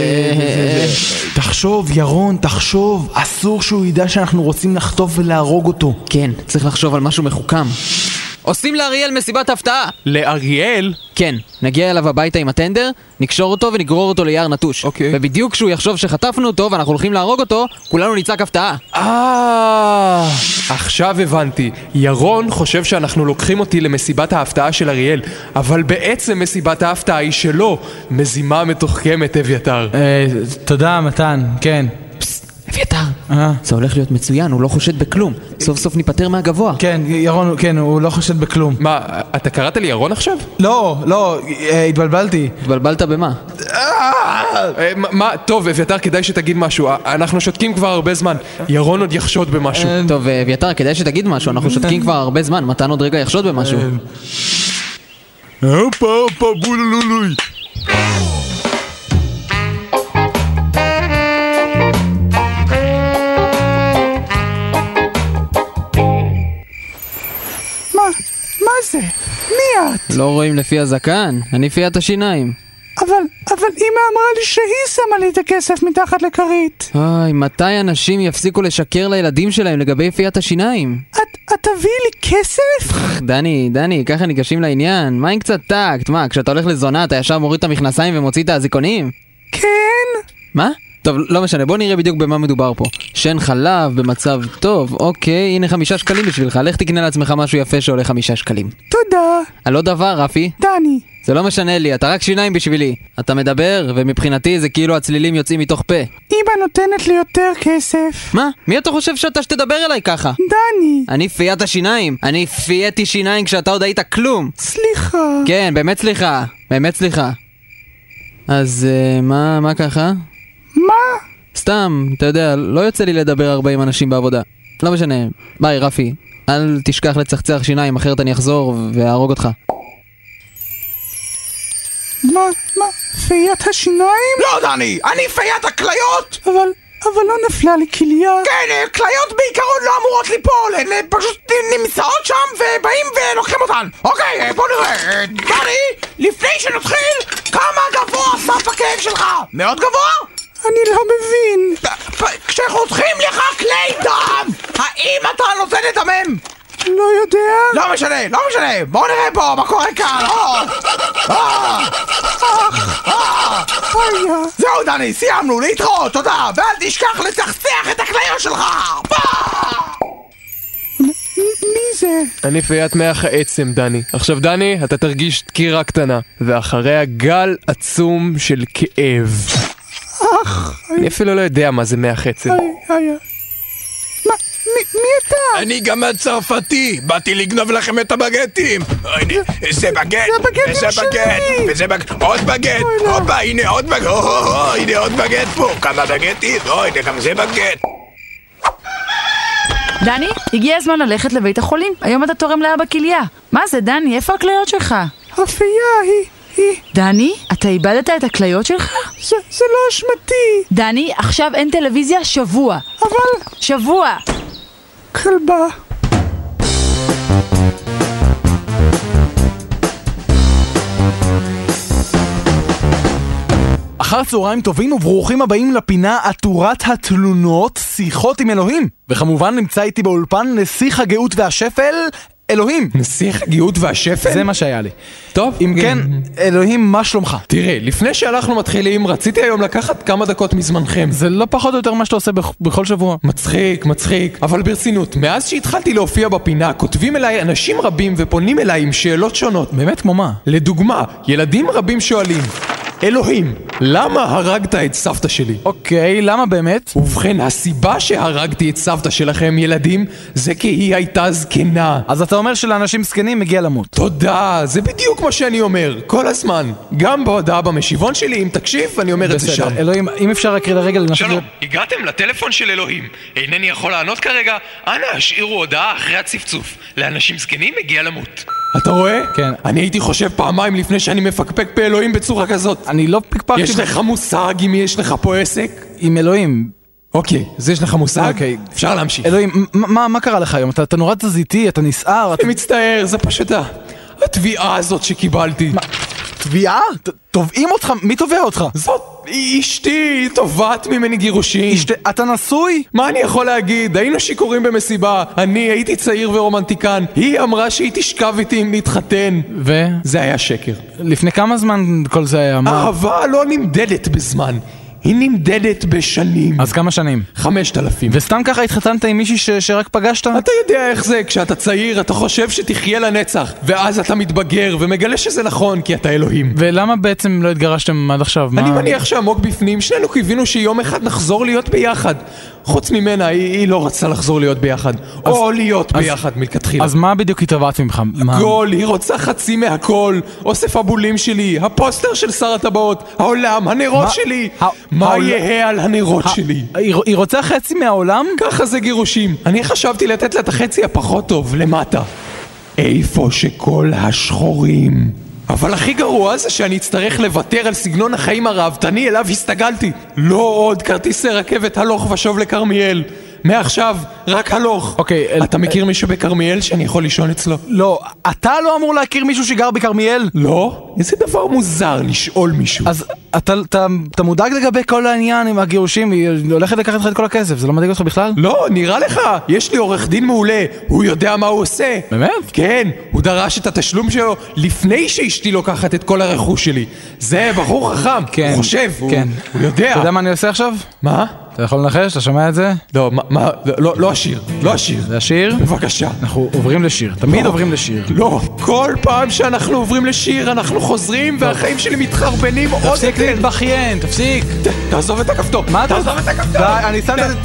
תחשוב ירון, תחשוב, אסור שהוא ידע שאנחנו רוצים לחטוף ולהרוג אותו. כן, צריך לחשוב על משהו מחוכם. עושים לאריאל מסיבת הפתעה. לאריאל? כן, נגיע אליו הביתה עם הטנדר, נקשור אותו ונגרור אותו ליער נטוש. אוקיי. ובדיוק כשהוא יחשוב שחטפנו אותו ואנחנו הולכים להרוג אותו, כולנו נצעק הפתעה. עכשיו הבנתי. ירון חושב שאנחנו לוקחים אותי למסיבת ההפתעה של אריאל, אבל בעצם מסיבת ההפתעה היא שלו. מזימה מתוחכמת, אביתר. תודה מתן, כן. אביתר, זה הולך להיות מצוין, הוא לא חושד בכלום. סוף סוף ניפטר מהגבוה. כן, ירון, כן, הוא לא חושד בכלום. מה, אתה קראת לי ירון עכשיו? לא, התבלבלתי. התבלבלת במה? מה, טוב, אביתר, כדאי שתגיד משהו. אנחנו שותקים כבר הרבה זמן. ירון עוד יחשוד במשהו. טוב, אביתר, כדאי שתגיד משהו. אנחנו שותקים כבר הרבה זמן. מתן עוד רגע יחשוד במשהו. הופה, בולולולוי. מה זה? מי את? לא רואים לפי הזקן, אני פיית השיניים. אבל אמא אמרה לי שהיא שמה לי את הכסף מתחת לכרית. אוי, מתי אנשים יפסיקו לשקר לילדים שלהם לגבי פיית השיניים? את תביא לי כסף? דני, ככה ניגשים לעניין. מה עם קצת טקט? מה, כשאתה הולך לזונה אתה ישר מוריד את המכנסיים ומוציא את האזיקונים? כן? מה? טוב, לא משנה, בוא נראה בדיוק במה מדובר פה. שן חלב, במצב טוב, אוקיי, הנה 5 שקלים בשבילך. לך תקנה לעצמך משהו יפה שעולה 5 שקלים. תודה. על עוד דבר, רפי? דני. זה לא משנה לי, אתה רק שיניים בשבילי. אתה מדבר, ומבחינתי זה כאילו הצלילים יוצאים מתוך פה. אמא נותנת לי יותר כסף. מה? מי אתה חושב שאתה שתדבר אליי ככה? דני. אני פיית השיניים. אני פייתי שיניים כשאתה עוד היית כלום. סליחה. כן, באמת סליחה. באמת סליחה. אז מה ככה? מה? סתם, אתה יודע, לא יוצא לי לדבר הרבה עם אנשים בעבודה. לא משנה. ביי, רפי. אל תשכח לצחצח שיניים, אחרת אני אחזור ואהרוג אותך. מה? פיית השיניים? לא, דני! אני פיית הכליות! אבל לא נפלה לי כליה. כן, כליות בעיקרון לא אמורות ליפול, הן פשוט נמצאות שם ובאים ולוקחים אותן. אוקיי, בוא נראה. דני, לפני שנתחיל, כמה גבוה סף הכאב שלך? מאוד גבוה? אני לא מבין. כשחותכים לך כלי דם, האם אתה נותן לדמם? לא יודע. לא משנה. בוא נראה פה, מה קורה כאן. זהו דני, סיימנו, להתראות, תודה. ואל תשכח לצחצח את הכליות שלך. מי זה? אני פיית מח העצם, דני. עכשיו דני, אתה תרגיש דקירה קטנה, ואחריה גל עצום של כאב. אני אפילו לא יודע מה זה מח עצם. מי אתה? אני גם הצרפתי, באתי לגנוב לכם את הבגטים. הנה, זה בגט, וזה בגט, וזה בגט, עוד בגט. הופה, הנה עוד בגט, הנה עוד בגט פה. כמה בגטים, הנה גם זה בגט. דני, הגיע הזמן ללכת לבית החולים. היום אתה תורם לאבא כליה. מה זה, דני? איפה הכליות שלך? הפייה היא. דני, אתה איבדת את הכליות שלך? זה לא אשמתי. דני, עכשיו אין טלוויזיה שבוע. שבוע. כלבה. אחר צהריים טובים וברוכים הבאים לפינה עטורת התלונות, שיחות עם אלוהים. וכמובן נמצא איתי באולפן נסיך הגאות והשפל, אלוהים. נסיך הגאות והשפל? זה מה שהיה לי. טוב. אם כן, אלוהים, מה שלומך? תראה, לפני שאנחנו מתחילים, רציתי היום לקחת כמה דקות מזמנכם. זה לא פחות או יותר מה שאתה עושה בכל שבוע. מצחיק. אבל ברצינות, מאז שהתחלתי להופיע בפינה, כותבים אליי אנשים רבים ופונים אליי עם שאלות שונות. באמת כמו מה? לדוגמה, ילדים רבים שואלים, אלוהים, למה הרגת את סבתא שלי? אוקיי, למה באמת? ובכן, הסיבה שהרגתי את סבתא שלכם, ילדים, זה כי היא הייתה זקנה. אז אתה אומר שלאנשים זקנים מגיע למות. תודה, זה בדיוק מה שאני אומר, כל הזמן. גם בהודעה במשיבון שלי, אם תקשיב, אני אומר את זה שם. אלוהים, אם אפשר רק לרגע לנסות... שלום, הגעתם לטלפון של אלוהים. אינני יכול לענות כרגע, אנא השאירו הודעה אחרי הצפצוף. לאנשים זקנים מגיע למות. אתה רואה? כן. אני הייתי חושב פעמיים לפני שאני מפקפק באלוהים בצורה כזאת. אני לא פקפקתי... יש לך מושג אם יש לך פה עסק? עם אלוהים. אוקיי, אז יש לך מושג? אוקיי. אפשר להמשיך. אלוהים, מה קרה לך היום? אתה נורא תזיתי, אתה נסער, אני מצטער, זה פשוט התביעה הזאת שקיבלתי. מה? תביעה? תובעים אותך? מי תובע אותך? זאת אשתי, היא תובעת ממני גירושים. אתה נשוי? מה אני יכול להגיד? היינו שיכורים במסיבה, אני הייתי צעיר ורומנטיקן, היא אמרה שהיא תשכב איתי אם נתחתן. זה היה שקר. לפני כמה זמן כל זה היה? אהבה לא נמדדת בזמן, היא נמדדת בשנים. אז כמה שנים? 5,000. וסתם ככה התחתנת עם מישהי שרק פגשת? אתה יודע איך זה, כשאתה צעיר אתה חושב שתחיה לנצח, ואז אתה מתבגר ומגלה שזה נכון כי אתה אלוהים. ולמה בעצם לא התגרשתם עד עכשיו? אני מניח שעמוק בפנים שנינו קיווינו שיום אחד נחזור להיות ביחד. חוץ ממנה, היא לא רצתה לחזור להיות ביחד. או להיות ביחד מלכתחילה. אז מה בדיוק התאבעת ממך? הכל, היא רוצה חצי מהכל. אוסף הבולים שלי, הפוסטר של שר הטבעות, העולם, הנרות שלי. מה יהיה על הנרות שלי? היא רוצה חצי מהעולם? ככה זה גירושים. אני חשבתי לתת לה את החצי הפחות טוב, למטה. איפה שכל השחורים. אבל הכי גרוע זה שאני אצטרך לוותר על סגנון החיים הרהבתני אליו הסתגלתי. לא עוד כרטיסי רכבת הלוך ושוב לכרמיאל. מעכשיו, רק הלוך. אוקיי, אתה מכיר מישהו בכרמיאל שאני יכול לישון אצלו? לא, אתה לא אמור להכיר מישהו שגר בכרמיאל? לא? איזה דבר מוזר לשאול מישהו. אז אתה מודאג לגבי כל העניין עם הגירושים, היא הולכת לקחת לך את כל הכסף, זה לא מדאיג אותך בכלל? לא, נראה לך, יש לי עורך דין מעולה, הוא יודע מה הוא עושה. באמת? כן, הוא דרש את התשלום שלו לפני שאשתי לוקחת את כל הרכוש שלי. זה בחור חכם, הוא חושב, הוא יודע. אתה יודע מה אני עושה עכשיו? מה? אתה יכול לנחש? אתה שומע את זה? לא, מה? לא השיר, לא השיר. זה השיר? בבקשה. אנחנו עוברים לשיר, תמיד עוברים לשיר. לא, כל פעם שאנחנו עוברים לשיר אנחנו חוזרים והחיים שלי מתחרבנים עוד יותר. תפסיק להתבכיין, תפסיק. תעזוב את הכפתור. מה אתה? תעזוב את הכפתור. די, אני שם את זה.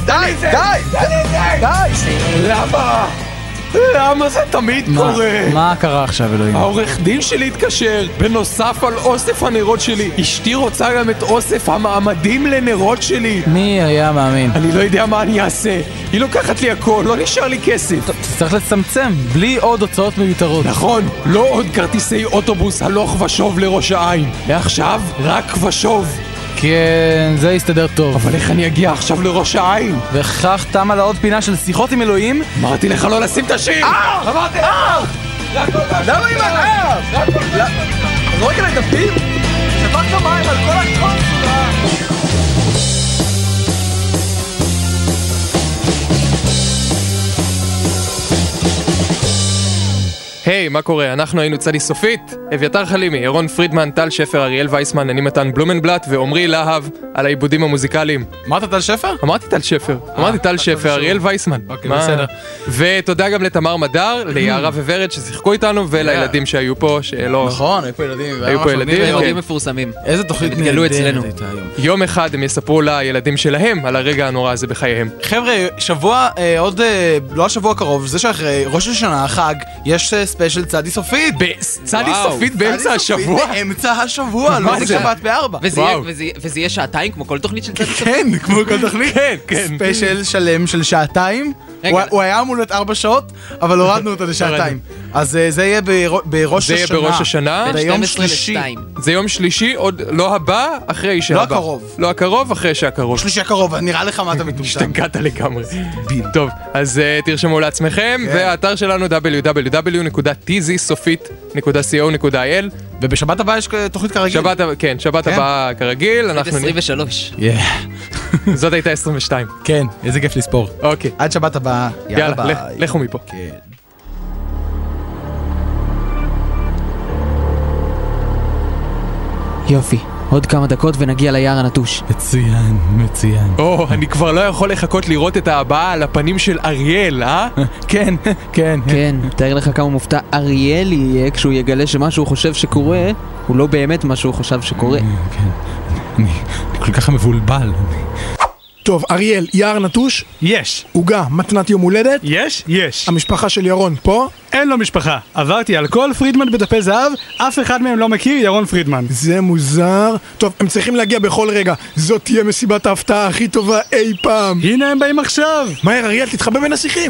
די. למה זה תמיד קורה? מה קרה עכשיו, אלוהים? העורך דין שלי התקשר, בנוסף על אוסף הנרות שלי, אשתי רוצה גם את אוסף המעמדים לנרות שלי. מי היה מאמין? אני לא יודע מה אני אעשה, היא לוקחת לי הכל, לא נשאר לי כסף. צריך לצמצם, בלי עוד הוצאות מיותרות. נכון, לא עוד כרטיסי אוטובוס הלוך ושוב לראש העין. מעכשיו, רק ושוב. כן, זה יסתדר טוב. אבל איך אני אגיע עכשיו לראש העין? וכך תמה לעוד פינה של שיחות עם אלוהים. אמרתי לך לא לשים את השיר! אמרתי! למה עם זורק עליי דפים? שפכת מים על כל הקונסולה! היי, מה קורה? אנחנו היינו צדי סופית, אביתר חלימי, ירון פרידמן, טל שפר, אריאל וייסמן, אני מתן בלומנבלט ועומרי להב על העיבודים המוזיקליים. אמרת טל שפר? אמרתי טל שפר, אריאל וייסמן. אוקיי, בסדר. ותודה גם לתמר מדר, ליערה וורד ששיחקו איתנו ולילדים שהיו פה, שלא... נכון, היו פה ילדים. ילדים מפורסמים. איזה תוכנית התגלו אצלנו. יום אחד הם יספרו לילדים שלהם על הרגע הנורא הזה בחייהם. חבר'ה, שבוע, עוד לא השבוע הקרוב, זה שאחרי ראש השנה, החג, יש ספיישל צדי סופית. צדי סופית באמצע השבוע? באמצע השבוע, לא זה שבת ב4. וזה יהיה שעתיים כמו כל תוכנית של צדי סופית? כן, כמו כל תוכנית. כן. ספיישל שלם של שעתיים. הוא היה אמור להיות 4 שעות, אבל הורדנו אותו לשעתיים. אז זה יהיה בראש השנה. זה יהיה בראש השנה. ביום שלישי. זה יום שלישי, עוד לא הבא, אחרי שהבא. לא הקרוב. לא הקרוב, אחרי שהקרוב. שלישי הקרוב, נראה לך מה אתה מטומטם. השתגעת לגמרי. טוב, אז תרשמו לעצמכם, והאתר שלנו www.tzsofit.co.il. ובשבת הבאה יש תוכנית כרגיל. כן, שבת הבאה כרגיל. 23. זאת הייתה 22. כן, איזה כיף לספור. אוקיי. עד שבת הבאה. יאללה, לכו מפה. כן. יופי, עוד כמה דקות ונגיע ליער הנטוש. מצוין. אני כבר לא יכול לחכות לראות את הבאה על הפנים של אריאל, אה? כן. כן, תאר לך כמה מופתע אריאל יהיה כשהוא יגלה שמה שהוא חושב שקורה הוא לא באמת מה שהוא חשב שקורה. כן, אני כל כך מבולבל. טוב, אריאל, יער נטוש? יש. עוגה, מתנת יום הולדת? יש. המשפחה של ירון פה? אין לו משפחה. עברתי על כל פרידמן בדפי זהב, אף אחד מהם לא מכיר ירון פרידמן. זה מוזר. טוב, הם צריכים להגיע בכל רגע. זאת תהיה מסיבת ההפתעה הכי טובה אי פעם. הנה הם באים עכשיו. מהר, אריאל, תתחבא בין השיחים.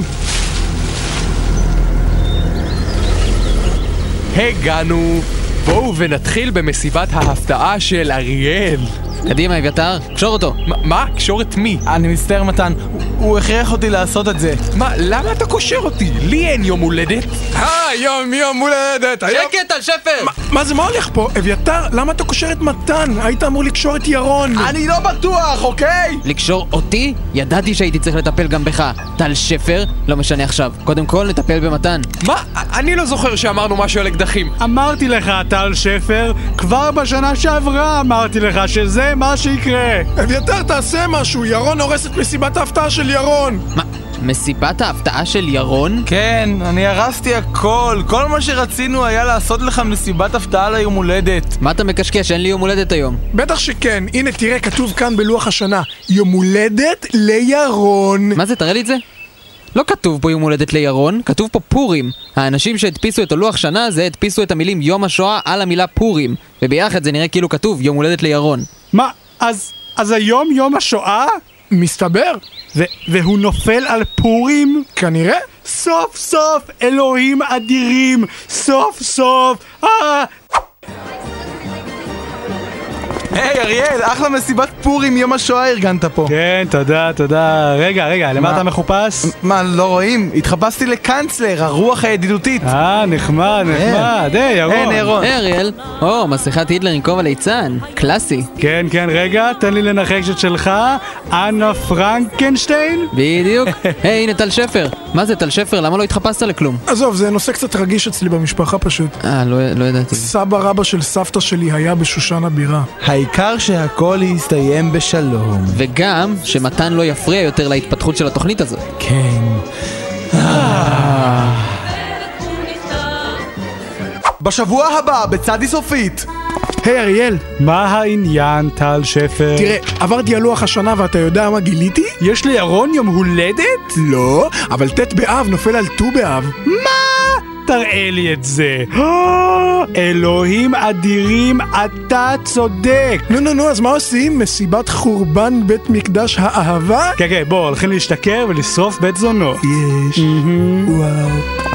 הגענו. בואו ונתחיל במסיבת ההפתעה של אריאל. קדימה, אביתר, קשור אותו. מה? קשור את מי? אני מצטער מתן, הוא הכריח אותי לעשות את זה. מה? למה אתה קושר אותי? לי אין יום הולדת. יום הולדת. שקט על שפר! מה זה, מה הולך פה? אביתר, למה אתה קושר את מתן? היית אמור לקשור את ירון. אני לא בטוח, אוקיי? לקשור אותי? ידעתי שהייתי צריך לטפל גם בך. טל שפר? לא משנה עכשיו. קודם כל נטפל במתן. מה? אני לא זוכר שאמרנו משהו על אקדחים. אמרתי לך, טל שפר, כבר בשנה שעברה אמרתי לך שזה מה שיקרה. אביתר, תעשה משהו, ירון הורס את מסיבת ההפתעה של ירון. מה? מסיבת ההפתעה של ירון? כן, אני הרסתי הכל. כל מה שרצינו היה לעשות לך מסיבת הפתעה ליום הולדת. מה אתה מקשקש? אין לי יום הולדת היום. בטח שכן, הנה תראה, כתוב כאן בלוח השנה, יום הולדת לירון. מה זה? תראה לי את זה. לא כתוב פה יום הולדת לירון, כתוב פה פורים. האנשים שהדפיסו את הלוח שנה הזה הדפיסו את המילים יום השואה על המילה פורים, וביחד זה נראה כאילו כתוב יום הולדת לירון. מה? אז היום יום השואה? מסתבר. והוא נופל על פורים? כנראה. סוף סוף אלוהים אדירים, סוף סוף. היי אריאל, אחלה מסיבת פורים יום השואה ארגנת פה. כן, תודה. רגע, למה אתה מחופש? מה, לא רואים? התחפשתי לקנצלר, הרוח הידידותית. נחמד. היי, ירון. היי אריאל. מסכת היטלר עם כובע ליצן. קלאסי. כן, רגע, תן לי לנחש את שלך. אנה פרנקנשטיין? בדיוק. היי, הנה טל שפר. מה זה טל שפר? למה לא התחפשת לכלום? עזוב, זה נושא קצת רגיש אצלי במשפחה פשוט. לא ידעתי. סבא רבא של סבתא שלי היה בשושן הבירה. העיקר שהכל יסתיים בשלום. וגם שמתן לא יפריע יותר להתפתחות של התוכנית הזאת. כן. בשבוע הבא, בצדי סופית. היי אריאל. מה העניין, טל שפר? תראה, עברתי על לוח השנה ואתה יודע מה גיליתי? יש לירון יום הולדת? לא, אבל ט' באב נופל על ט"ו באב. מה? תראה לי את זה. אלוהים אדירים, אתה צודק. נו, אז מה עושים? מסיבת חורבן בית מקדש האהבה? כן, בוא, הולכים להשתכר ולשרוף בית זונות. יש. וואו.